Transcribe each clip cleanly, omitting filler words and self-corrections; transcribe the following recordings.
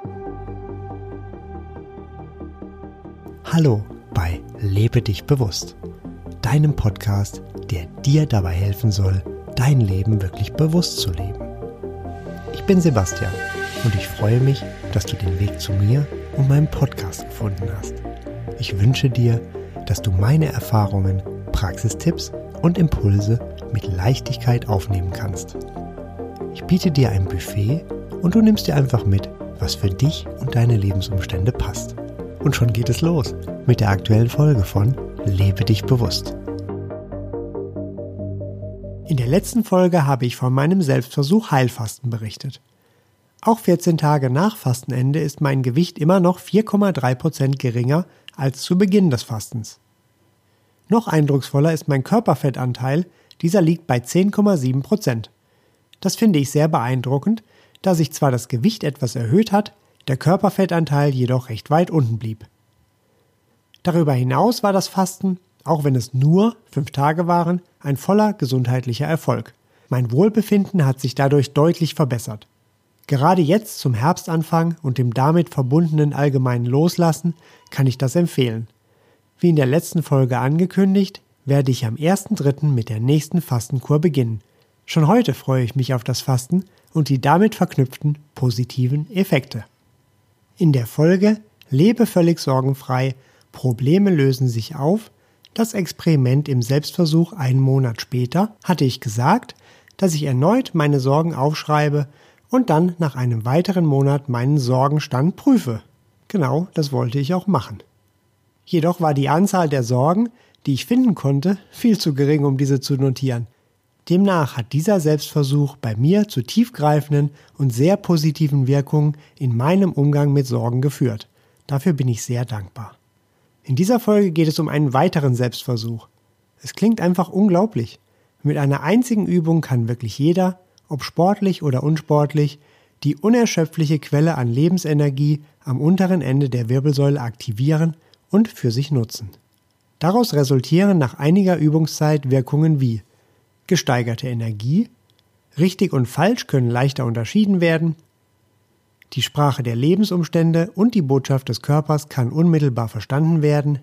Hallo bei Lebe dich bewusst, deinem Podcast, der dir dabei helfen soll, dein Leben wirklich bewusst zu leben. Ich bin Sebastian und ich freue mich, dass du den Weg zu mir und meinem Podcast gefunden hast. Ich wünsche dir, dass du meine Erfahrungen, Praxistipps und Impulse mit Leichtigkeit aufnehmen kannst. Ich biete dir ein Buffet und du nimmst dir einfach mit, was für dich und deine Lebensumstände passt. Und schon geht es los mit der aktuellen Folge von Lebe dich bewusst. In der letzten Folge habe ich von meinem Selbstversuch Heilfasten berichtet. Auch 14 Tage nach Fastenende ist mein Gewicht immer noch 4,3% geringer als zu Beginn des Fastens. Noch eindrucksvoller ist mein Körperfettanteil, dieser liegt bei 10,7%. Das finde ich sehr beeindruckend, da sich zwar das Gewicht etwas erhöht hat, der Körperfettanteil jedoch recht weit unten blieb. Darüber hinaus war das Fasten, auch wenn es nur 5 Tage waren, ein voller gesundheitlicher Erfolg. Mein Wohlbefinden hat sich dadurch deutlich verbessert. Gerade jetzt zum Herbstanfang und dem damit verbundenen allgemeinen Loslassen kann ich das empfehlen. Wie in der letzten Folge angekündigt, werde ich am 1.3. mit der nächsten Fastenkur beginnen. Schon heute freue ich mich auf das Fasten und die damit verknüpften positiven Effekte. In der Folge Lebe völlig sorgenfrei, Probleme lösen sich auf, das Experiment im Selbstversuch einen Monat später, hatte ich gesagt, dass ich erneut meine Sorgen aufschreibe und dann nach einem weiteren Monat meinen Sorgenstand prüfe. Genau, das wollte ich auch machen. Jedoch war die Anzahl der Sorgen, die ich finden konnte, viel zu gering, um diese zu notieren. Demnach hat dieser Selbstversuch bei mir zu tiefgreifenden und sehr positiven Wirkungen in meinem Umgang mit Sorgen geführt. Dafür bin ich sehr dankbar. In dieser Folge geht es um einen weiteren Selbstversuch. Es klingt einfach unglaublich. Mit einer einzigen Übung kann wirklich jeder, ob sportlich oder unsportlich, die unerschöpfliche Quelle an Lebensenergie am unteren Ende der Wirbelsäule aktivieren und für sich nutzen. Daraus resultieren nach einiger Übungszeit Wirkungen wie gesteigerte Energie, richtig und falsch können leichter unterschieden werden, die Sprache der Lebensumstände und die Botschaft des Körpers kann unmittelbar verstanden werden,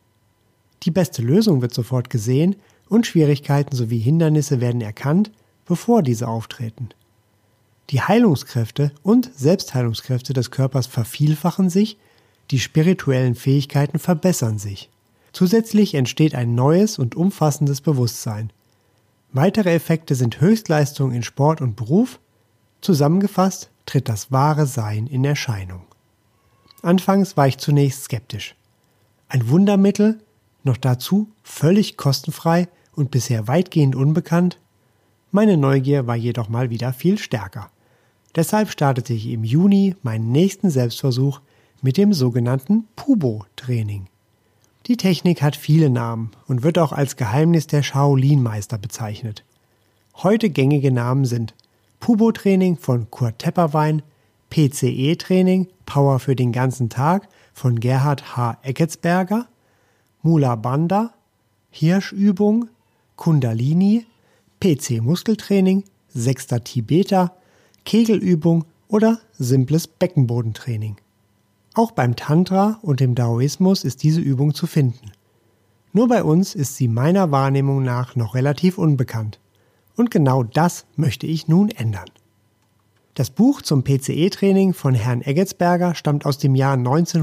die beste Lösung wird sofort gesehen und Schwierigkeiten sowie Hindernisse werden erkannt, bevor diese auftreten. Die Heilungskräfte und Selbstheilungskräfte des Körpers vervielfachen sich, die spirituellen Fähigkeiten verbessern sich. Zusätzlich entsteht ein neues und umfassendes Bewusstsein. Weitere Effekte sind Höchstleistung in Sport und Beruf. Zusammengefasst tritt das wahre Sein in Erscheinung. Anfangs war ich zunächst skeptisch. Ein Wundermittel, noch dazu völlig kostenfrei und bisher weitgehend unbekannt? Meine Neugier war jedoch mal wieder viel stärker. Deshalb startete ich im Juni meinen nächsten Selbstversuch mit dem sogenannten Pubo-Training. Die Technik hat viele Namen und wird auch als Geheimnis der Shaolin-Meister bezeichnet. Heute gängige Namen sind Pubo-Training von Kurt Tepperwein, PCE-Training, Power für den ganzen Tag von Gerhard H. Ecketsberger, Mula Bandha, Hirschübung, Kundalini, PC-Muskeltraining, 6. Tibeter, Kegelübung oder simples Beckenbodentraining. Auch beim Tantra und dem Daoismus ist diese Übung zu finden. Nur bei uns ist sie meiner Wahrnehmung nach noch relativ unbekannt. Und genau das möchte ich nun ändern. Das Buch zum PCE-Training von Herrn Ecketsberger stammt aus dem Jahr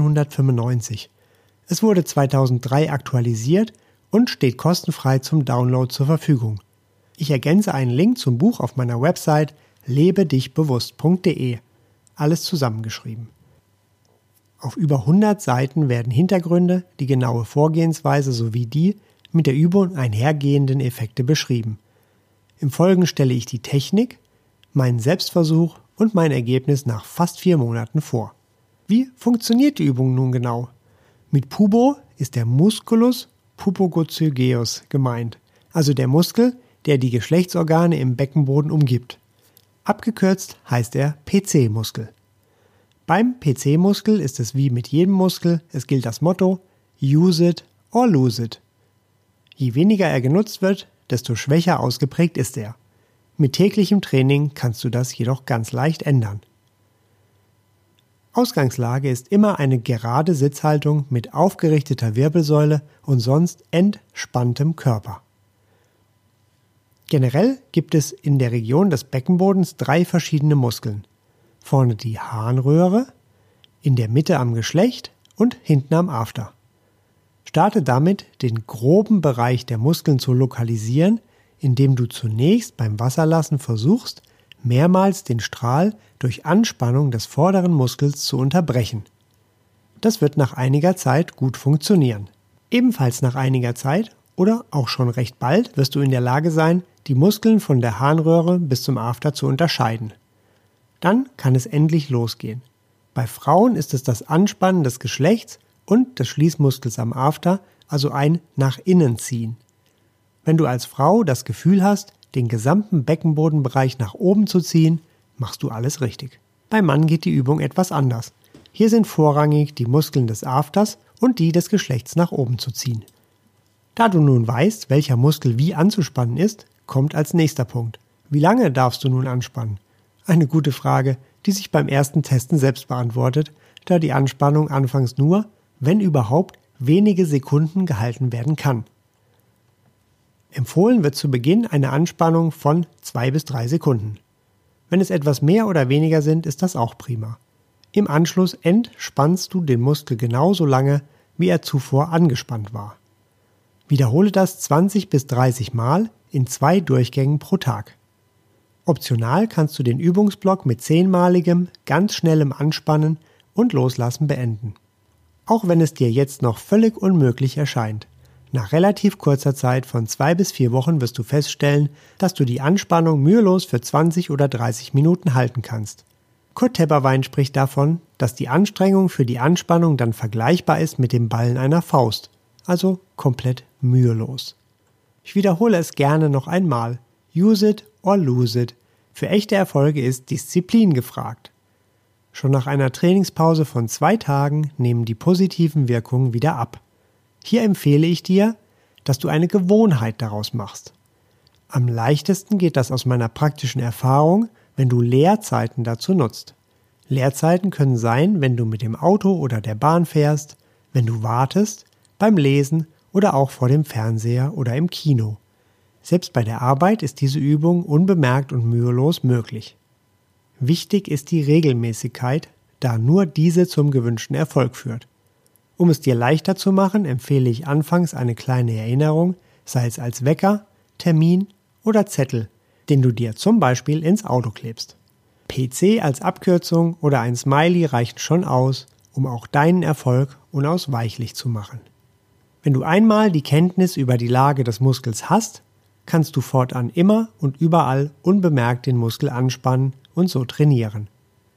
1995. Es wurde 2003 aktualisiert und steht kostenfrei zum Download zur Verfügung. Ich ergänze einen Link zum Buch auf meiner Website lebedichbewusst.de. Alles zusammengeschrieben. Auf über 100 Seiten werden Hintergründe, die genaue Vorgehensweise sowie die mit der Übung einhergehenden Effekte beschrieben. Im Folgenden stelle ich die Technik, meinen Selbstversuch und mein Ergebnis nach fast 4 Monaten vor. Wie funktioniert die Übung nun genau? Mit Pubo ist der Musculus pubogozygeus gemeint, also der Muskel, der die Geschlechtsorgane im Beckenboden umgibt. Abgekürzt heißt er PC-Muskel. Beim PC-Muskel ist es wie mit jedem Muskel, es gilt das Motto Use it or lose it. Je weniger er genutzt wird, desto schwächer ausgeprägt ist er. Mit täglichem Training kannst du das jedoch ganz leicht ändern. Ausgangslage ist immer eine gerade Sitzhaltung mit aufgerichteter Wirbelsäule und sonst entspanntem Körper. Generell gibt es in der Region des Beckenbodens 3 verschiedene Muskeln. Vorne die Harnröhre, in der Mitte am Geschlecht und hinten am After. Starte damit, den groben Bereich der Muskeln zu lokalisieren, indem du zunächst beim Wasserlassen versuchst, mehrmals den Strahl durch Anspannung des vorderen Muskels zu unterbrechen. Das wird nach einiger Zeit gut funktionieren. Ebenfalls nach einiger Zeit oder auch schon recht bald wirst du in der Lage sein, die Muskeln von der Harnröhre bis zum After zu unterscheiden. Dann kann es endlich losgehen. Bei Frauen ist es das Anspannen des Geschlechts und des Schließmuskels am After, also ein nach innen ziehen. Wenn du als Frau das Gefühl hast, den gesamten Beckenbodenbereich nach oben zu ziehen, machst du alles richtig. Beim Mann geht die Übung etwas anders. Hier sind vorrangig die Muskeln des Afters und die des Geschlechts nach oben zu ziehen. Da du nun weißt, welcher Muskel wie anzuspannen ist, kommt als nächster Punkt. Wie lange darfst du nun anspannen? Eine gute Frage, die sich beim ersten Testen selbst beantwortet, da die Anspannung anfangs nur, wenn überhaupt, wenige Sekunden gehalten werden kann. Empfohlen wird zu Beginn eine Anspannung von 2 bis 3 Sekunden. Wenn es etwas mehr oder weniger sind, ist das auch prima. Im Anschluss entspannst du den Muskel genauso lange, wie er zuvor angespannt war. Wiederhole das 20 bis 30 Mal in 2 Durchgängen pro Tag. Optional kannst du den Übungsblock mit 10-maligem, ganz schnellem Anspannen und Loslassen beenden. Auch wenn es dir jetzt noch völlig unmöglich erscheint. Nach relativ kurzer Zeit von 2 bis 4 Wochen wirst du feststellen, dass du die Anspannung mühelos für 20 oder 30 Minuten halten kannst. Kurt Tepperwein spricht davon, dass die Anstrengung für die Anspannung dann vergleichbar ist mit dem Ballen einer Faust, also komplett mühelos. Ich wiederhole es gerne noch einmal. Use it or lose it. Für echte Erfolge ist Disziplin gefragt. Schon nach einer Trainingspause von 2 Tagen nehmen die positiven Wirkungen wieder ab. Hier empfehle ich dir, dass du eine Gewohnheit daraus machst. Am leichtesten geht das aus meiner praktischen Erfahrung, wenn du Leerzeiten dazu nutzt. Leerzeiten können sein, wenn du mit dem Auto oder der Bahn fährst, wenn du wartest, beim Lesen oder auch vor dem Fernseher oder im Kino. Selbst bei der Arbeit ist diese Übung unbemerkt und mühelos möglich. Wichtig ist die Regelmäßigkeit, da nur diese zum gewünschten Erfolg führt. Um es dir leichter zu machen, empfehle ich anfangs eine kleine Erinnerung, sei es als Wecker, Termin oder Zettel, den du dir zum Beispiel ins Auto klebst. PC als Abkürzung oder ein Smiley reichen schon aus, um auch deinen Erfolg unausweichlich zu machen. Wenn du einmal die Kenntnis über die Lage des Muskels hast, kannst du fortan immer und überall unbemerkt den Muskel anspannen und so trainieren.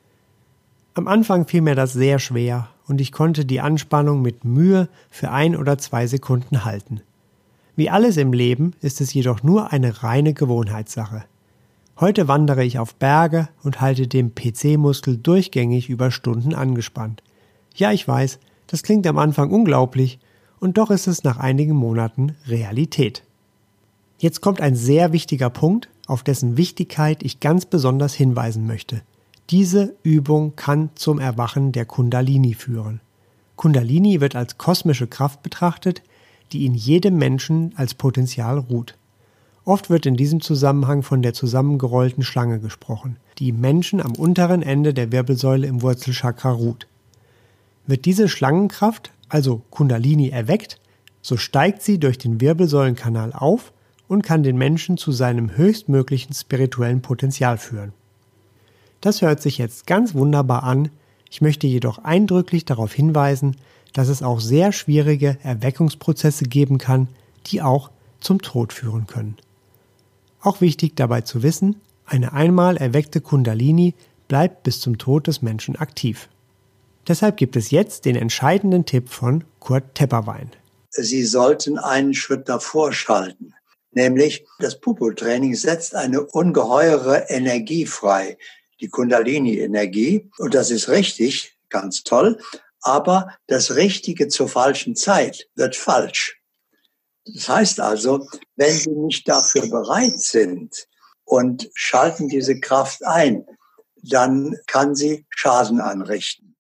Am Anfang fiel mir das sehr schwer und ich konnte die Anspannung mit Mühe für 1 oder 2 Sekunden halten. Wie alles im Leben ist es jedoch nur eine reine Gewohnheitssache. Heute wandere ich auf Berge und halte den PC-Muskel durchgängig über Stunden angespannt. Ja, ich weiß, das klingt am Anfang unglaublich und doch ist es nach einigen Monaten Realität. Jetzt kommt ein sehr wichtiger Punkt, auf dessen Wichtigkeit ich ganz besonders hinweisen möchte. Diese Übung kann zum Erwachen der Kundalini führen. Kundalini wird als kosmische Kraft betrachtet, die in jedem Menschen als Potenzial ruht. Oft wird in diesem Zusammenhang von der zusammengerollten Schlange gesprochen, die im Menschen am unteren Ende der Wirbelsäule im Wurzelchakra ruht. Wird diese Schlangenkraft, also Kundalini, erweckt, so steigt sie durch den Wirbelsäulenkanal auf und kann den Menschen zu seinem höchstmöglichen spirituellen Potenzial führen. Das hört sich jetzt ganz wunderbar an, ich möchte jedoch eindrücklich darauf hinweisen, dass es auch sehr schwierige Erweckungsprozesse geben kann, die auch zum Tod führen können. Auch wichtig dabei zu wissen, eine einmal erweckte Kundalini bleibt bis zum Tod des Menschen aktiv. Deshalb gibt es jetzt den entscheidenden Tipp von Kurt Tepperwein. Sie sollten einen Schritt davor schalten, nämlich das Pupo-Training setzt eine ungeheure Energie frei, die Kundalini-Energie. Und das ist richtig, ganz toll. Aber das Richtige zur falschen Zeit wird falsch. Das heißt also, wenn Sie nicht dafür bereit sind und schalten diese Kraft ein, dann kann sie Schaden anrichten.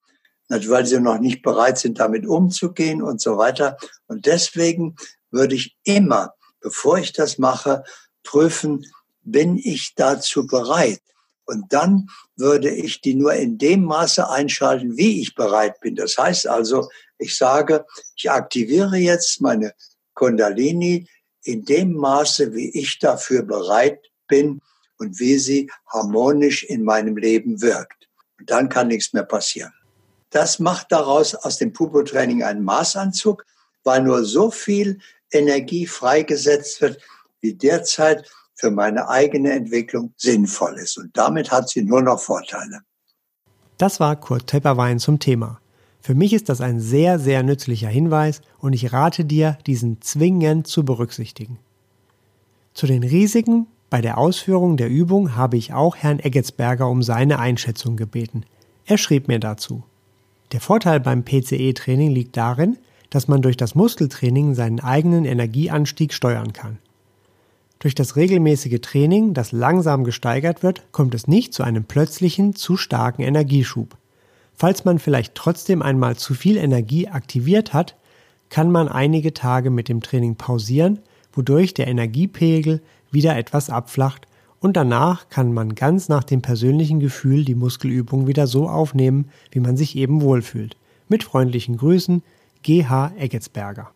weil sie noch nicht bereit sind, damit umzugehen und so weiter. Und deswegen würde ich immer, bevor ich das mache, prüfen, bin ich dazu bereit? Und dann würde ich die nur in dem Maße einschalten, wie ich bereit bin. Das heißt also, ich sage, ich aktiviere jetzt meine Kundalini in dem Maße, wie ich dafür bereit bin und wie sie harmonisch in meinem Leben wirkt. Und dann kann nichts mehr passieren. Das macht daraus aus dem Pupo-Training einen Maßanzug, weil nur so viel Energie freigesetzt wird, wie derzeit für meine eigene Entwicklung sinnvoll ist. Und damit hat sie nur noch Vorteile. Das war Kurt Tepperwein zum Thema. Für mich ist das ein sehr, sehr nützlicher Hinweis und ich rate dir, diesen zwingend zu berücksichtigen. Zu den Risiken bei der Ausführung der Übung habe ich auch Herrn Eggetsberger um seine Einschätzung gebeten. Er schrieb mir dazu: Der Vorteil beim PCE-Training liegt darin, dass man durch das Muskeltraining seinen eigenen Energieanstieg steuern kann. Durch das regelmäßige Training, das langsam gesteigert wird, kommt es nicht zu einem plötzlichen, zu starken Energieschub. Falls man vielleicht trotzdem einmal zu viel Energie aktiviert hat, kann man einige Tage mit dem Training pausieren, wodurch der Energiepegel wieder etwas abflacht und danach kann man ganz nach dem persönlichen Gefühl die Muskelübung wieder so aufnehmen, wie man sich eben wohlfühlt. Mit freundlichen Grüßen, G.H. Eggetsberger.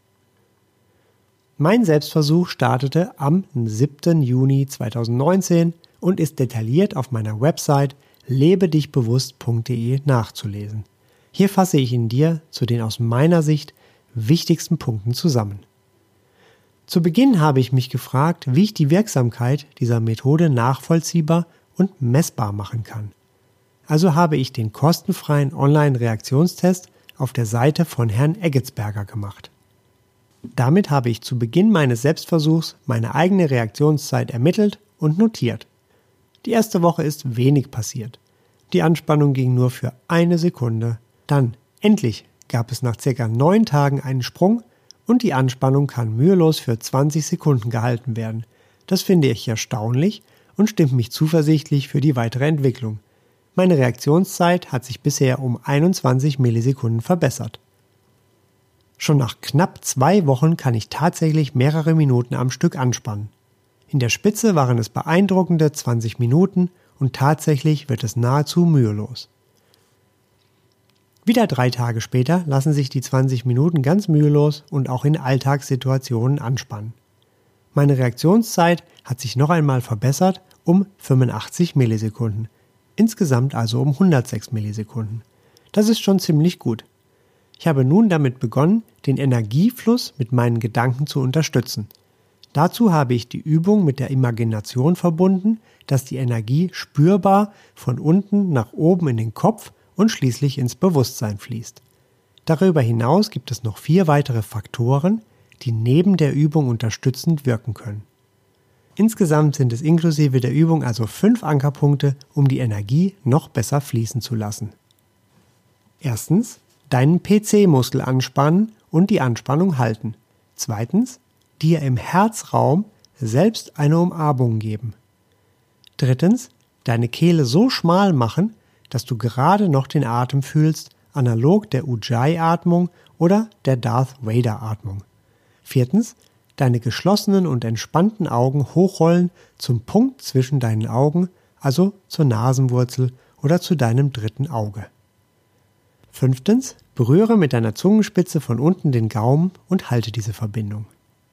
Mein Selbstversuch startete am 7. Juni 2019 und ist detailliert auf meiner Website lebedichbewusst.de nachzulesen. Hier fasse ich ihn dir zu den aus meiner Sicht wichtigsten Punkten zusammen. Zu Beginn habe ich mich gefragt, wie ich die Wirksamkeit dieser Methode nachvollziehbar und messbar machen kann. Also habe ich den kostenfreien Online-Reaktionstest auf der Seite von Herrn Eggetsberger gemacht. Damit habe ich zu Beginn meines Selbstversuchs meine eigene Reaktionszeit ermittelt und notiert. Die erste Woche ist wenig passiert. Die Anspannung ging nur für 1 Sekunde. Dann, endlich, gab es nach ca. 9 Tagen einen Sprung und die Anspannung kann mühelos für 20 Sekunden gehalten werden. Das finde ich erstaunlich und stimmt mich zuversichtlich für die weitere Entwicklung. Meine Reaktionszeit hat sich bisher um 21 Millisekunden verbessert. Schon nach knapp 2 Wochen kann ich tatsächlich mehrere Minuten am Stück anspannen. In der Spitze waren es beeindruckende 20 Minuten und tatsächlich wird es nahezu mühelos. Wieder 3 Tage später lassen sich die 20 Minuten ganz mühelos und auch in Alltagssituationen anspannen. Meine Reaktionszeit hat sich noch einmal verbessert um 85 Millisekunden. Insgesamt also um 106 Millisekunden. Das ist schon ziemlich gut. Ich habe nun damit begonnen, den Energiefluss mit meinen Gedanken zu unterstützen. Dazu habe ich die Übung mit der Imagination verbunden, dass die Energie spürbar von unten nach oben in den Kopf und schließlich ins Bewusstsein fließt. Darüber hinaus gibt es noch 4 weitere Faktoren, die neben der Übung unterstützend wirken können. Insgesamt sind es inklusive der Übung also 5 Ankerpunkte, um die Energie noch besser fließen zu lassen. Erstens, deinen PC-Muskel anspannen und die Anspannung halten. Zweitens, dir im Herzraum selbst eine Umarmung geben. Drittens, deine Kehle so schmal machen, dass du gerade noch den Atem fühlst, analog der Ujjayi-Atmung oder der Darth Vader-Atmung. Viertens, deine geschlossenen und entspannten Augen hochrollen zum Punkt zwischen deinen Augen, also zur Nasenwurzel oder zu deinem dritten Auge. Fünftens, berühre mit deiner Zungenspitze von unten den Gaumen und halte diese Verbindung.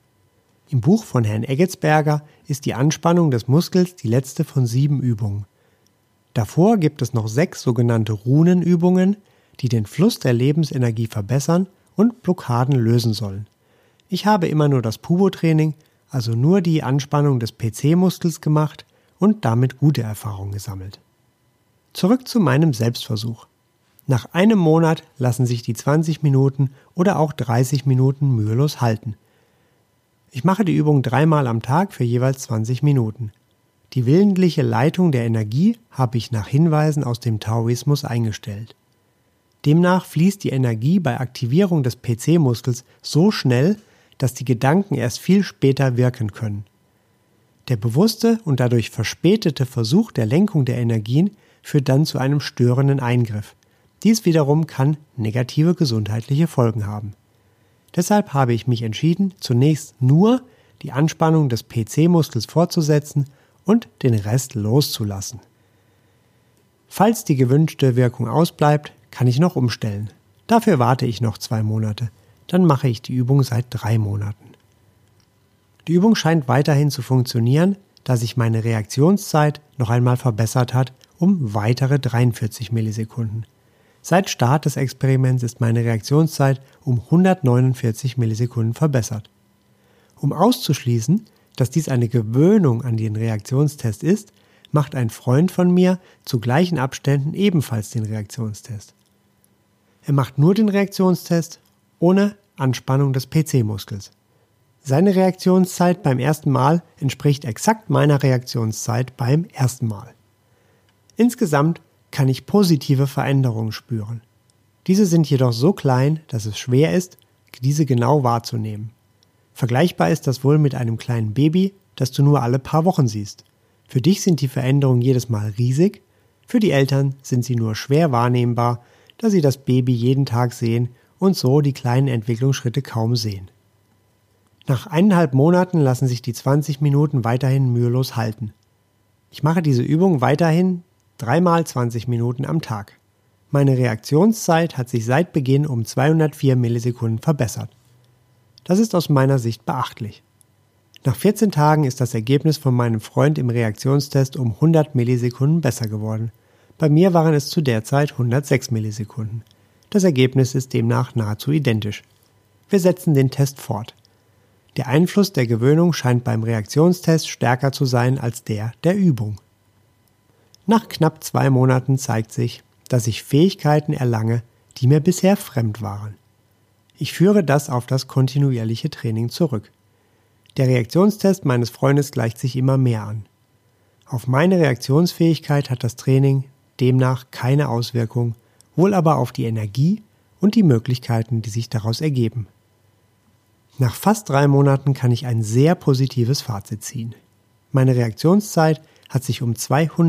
Im Buch von Herrn Eggetsberger ist die Anspannung des Muskels die letzte von 7 Übungen. Davor gibt es noch 6 sogenannte Runenübungen, die den Fluss der Lebensenergie verbessern und Blockaden lösen sollen. Ich habe immer nur das Pupo-Training, also nur die Anspannung des PC-Muskels gemacht und damit gute Erfahrungen gesammelt. Zurück zu meinem Selbstversuch. Nach einem Monat lassen sich die 20 Minuten oder auch 30 Minuten mühelos halten. Ich mache die Übung 3-mal am Tag für jeweils 20 Minuten. Die willentliche Leitung der Energie habe ich nach Hinweisen aus dem Taoismus eingestellt. Demnach fließt die Energie bei Aktivierung des PC-Muskels so schnell, dass die Gedanken erst viel später wirken können. Der bewusste und dadurch verspätete Versuch der Lenkung der Energien führt dann zu einem störenden Eingriff. Dies wiederum kann negative gesundheitliche Folgen haben. Deshalb habe ich mich entschieden, zunächst nur die Anspannung des PC-Muskels fortzusetzen und den Rest loszulassen. Falls die gewünschte Wirkung ausbleibt, kann ich noch umstellen. Dafür warte ich noch 2 Monate. Dann mache ich die Übung seit 3 Monaten. Die Übung scheint weiterhin zu funktionieren, da sich meine Reaktionszeit noch einmal verbessert hat um weitere 43 Millisekunden. Seit Start des Experiments ist meine Reaktionszeit um 149 Millisekunden verbessert. Um auszuschließen, dass dies eine Gewöhnung an den Reaktionstest ist, macht ein Freund von mir zu gleichen Abständen ebenfalls den Reaktionstest. Er macht nur den Reaktionstest ohne Anspannung des PC-Muskels. Seine Reaktionszeit beim ersten Mal entspricht exakt meiner Reaktionszeit beim ersten Mal. Insgesamt kann ich positive Veränderungen spüren. Diese sind jedoch so klein, dass es schwer ist, diese genau wahrzunehmen. Vergleichbar ist das wohl mit einem kleinen Baby, das du nur alle paar Wochen siehst. Für dich sind die Veränderungen jedes Mal riesig, für die Eltern sind sie nur schwer wahrnehmbar, da sie das Baby jeden Tag sehen und so die kleinen Entwicklungsschritte kaum sehen. Nach 1,5 Monaten lassen sich die 20 Minuten weiterhin mühelos halten. Ich mache diese Übung weiterhin 3 x 20 Minuten am Tag. Meine Reaktionszeit hat sich seit Beginn um 204 Millisekunden verbessert. Das ist aus meiner Sicht beachtlich. Nach 14 Tagen ist das Ergebnis von meinem Freund im Reaktionstest um 100 Millisekunden besser geworden. Bei mir waren es zu der Zeit 106 Millisekunden. Das Ergebnis ist demnach nahezu identisch. Wir setzen den Test fort. Der Einfluss der Gewöhnung scheint beim Reaktionstest stärker zu sein als der Übung. Nach knapp 2 Monaten zeigt sich, dass ich Fähigkeiten erlange, die mir bisher fremd waren. Ich führe das auf das kontinuierliche Training zurück. Der Reaktionstest meines Freundes gleicht sich immer mehr an. Auf meine Reaktionsfähigkeit hat das Training demnach keine Auswirkung, wohl aber auf die Energie und die Möglichkeiten, die sich daraus ergeben. Nach fast 3 Monaten kann ich ein sehr positives Fazit ziehen. Meine Reaktionszeit hat sich um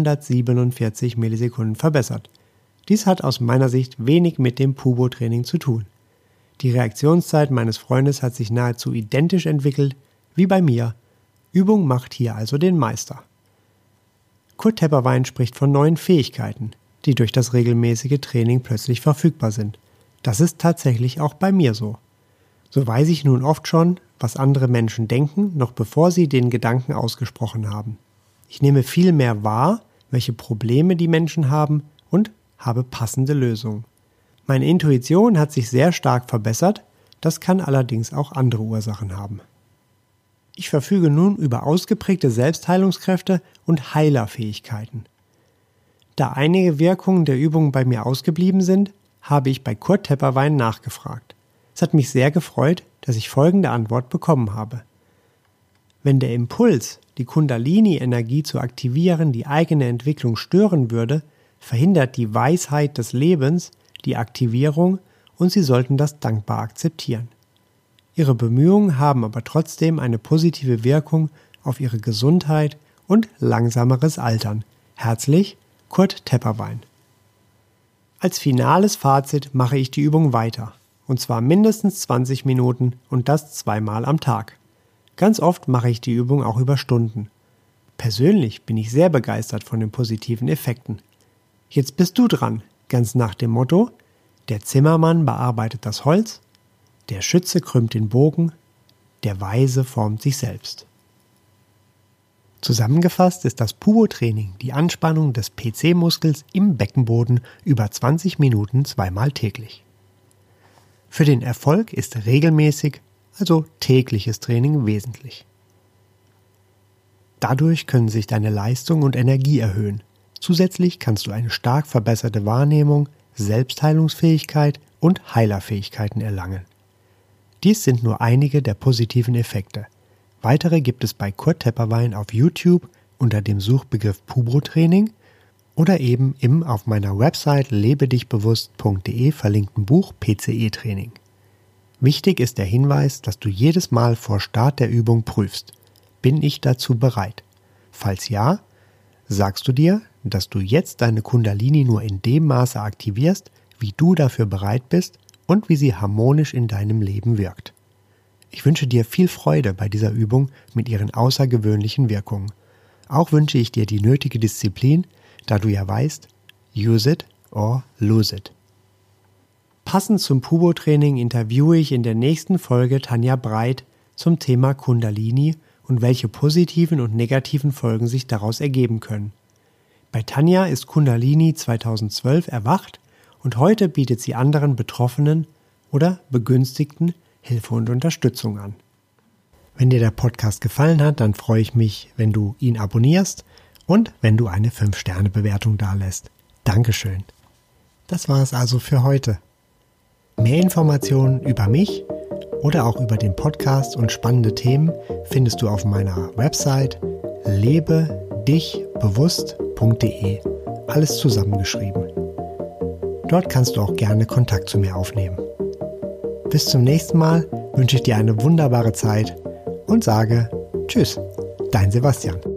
247 Millisekunden verbessert. Dies hat aus meiner Sicht wenig mit dem Pubo-Training zu tun. Die Reaktionszeit meines Freundes hat sich nahezu identisch entwickelt wie bei mir. Übung macht hier also den Meister. Kurt Tepperwein spricht von neuen Fähigkeiten, die durch das regelmäßige Training plötzlich verfügbar sind. Das ist tatsächlich auch bei mir so. So weiß ich nun oft schon, was andere Menschen denken, noch bevor sie den Gedanken ausgesprochen haben. Ich nehme viel mehr wahr, welche Probleme die Menschen haben und habe passende Lösungen. Meine Intuition hat sich sehr stark verbessert, das kann allerdings auch andere Ursachen haben. Ich verfüge nun über ausgeprägte Selbstheilungskräfte und Heilerfähigkeiten. Da einige Wirkungen der Übungen bei mir ausgeblieben sind, habe ich bei Kurt Tepperwein nachgefragt. Es hat mich sehr gefreut, dass ich folgende Antwort bekommen habe. Wenn der Impuls, die Kundalini-Energie zu aktivieren, die eigene Entwicklung stören würde, verhindert die Weisheit des Lebens die Aktivierung und Sie sollten das dankbar akzeptieren. Ihre Bemühungen haben aber trotzdem eine positive Wirkung auf Ihre Gesundheit und langsameres Altern. Herzlich, Kurt Tepperwein. Als finales Fazit mache ich die Übung weiter, und zwar mindestens 20 Minuten und das 2-mal am Tag. Ganz oft mache ich die Übung auch über Stunden. Persönlich bin ich sehr begeistert von den positiven Effekten. Jetzt bist du dran, ganz nach dem Motto: Der Zimmermann bearbeitet das Holz, der Schütze krümmt den Bogen, der Weise formt sich selbst. Zusammengefasst ist das Pubo-Training die Anspannung des PC-Muskels im Beckenboden über 20 Minuten 2-mal täglich. Für den Erfolg ist regelmäßig, also tägliches Training wesentlich. Dadurch können sich deine Leistung und Energie erhöhen. Zusätzlich kannst du eine stark verbesserte Wahrnehmung, Selbstheilungsfähigkeit und Heilerfähigkeiten erlangen. Dies sind nur einige der positiven Effekte. Weitere gibt es bei Kurt Tepperwein auf YouTube unter dem Suchbegriff Pubo-Training oder eben im auf meiner Website lebedichbewusst.de verlinkten Buch PCE-Training. Wichtig ist der Hinweis, dass du jedes Mal vor Start der Übung prüfst: Bin ich dazu bereit? Falls ja, sagst du dir, dass du jetzt deine Kundalini nur in dem Maße aktivierst, wie du dafür bereit bist und wie sie harmonisch in deinem Leben wirkt. Ich wünsche dir viel Freude bei dieser Übung mit ihren außergewöhnlichen Wirkungen. Auch wünsche ich dir die nötige Disziplin, da du ja weißt, use it or lose it. Passend zum Pubo-Training interviewe ich in der nächsten Folge Tanja Breit zum Thema Kundalini und welche positiven und negativen Folgen sich daraus ergeben können. Bei Tanja ist Kundalini 2012 erwacht und heute bietet sie anderen Betroffenen oder Begünstigten Hilfe und Unterstützung an. Wenn dir der Podcast gefallen hat, dann freue ich mich, wenn du ihn abonnierst und wenn du eine 5-Sterne-Bewertung dalässt. Dankeschön. Das war es also für heute. Mehr Informationen über mich oder auch über den Podcast und spannende Themen findest du auf meiner Website lebedichbewusst.de. Alles zusammengeschrieben. Dort kannst du auch gerne Kontakt zu mir aufnehmen. Bis zum nächsten Mal wünsche ich dir eine wunderbare Zeit und sage Tschüss, dein Sebastian.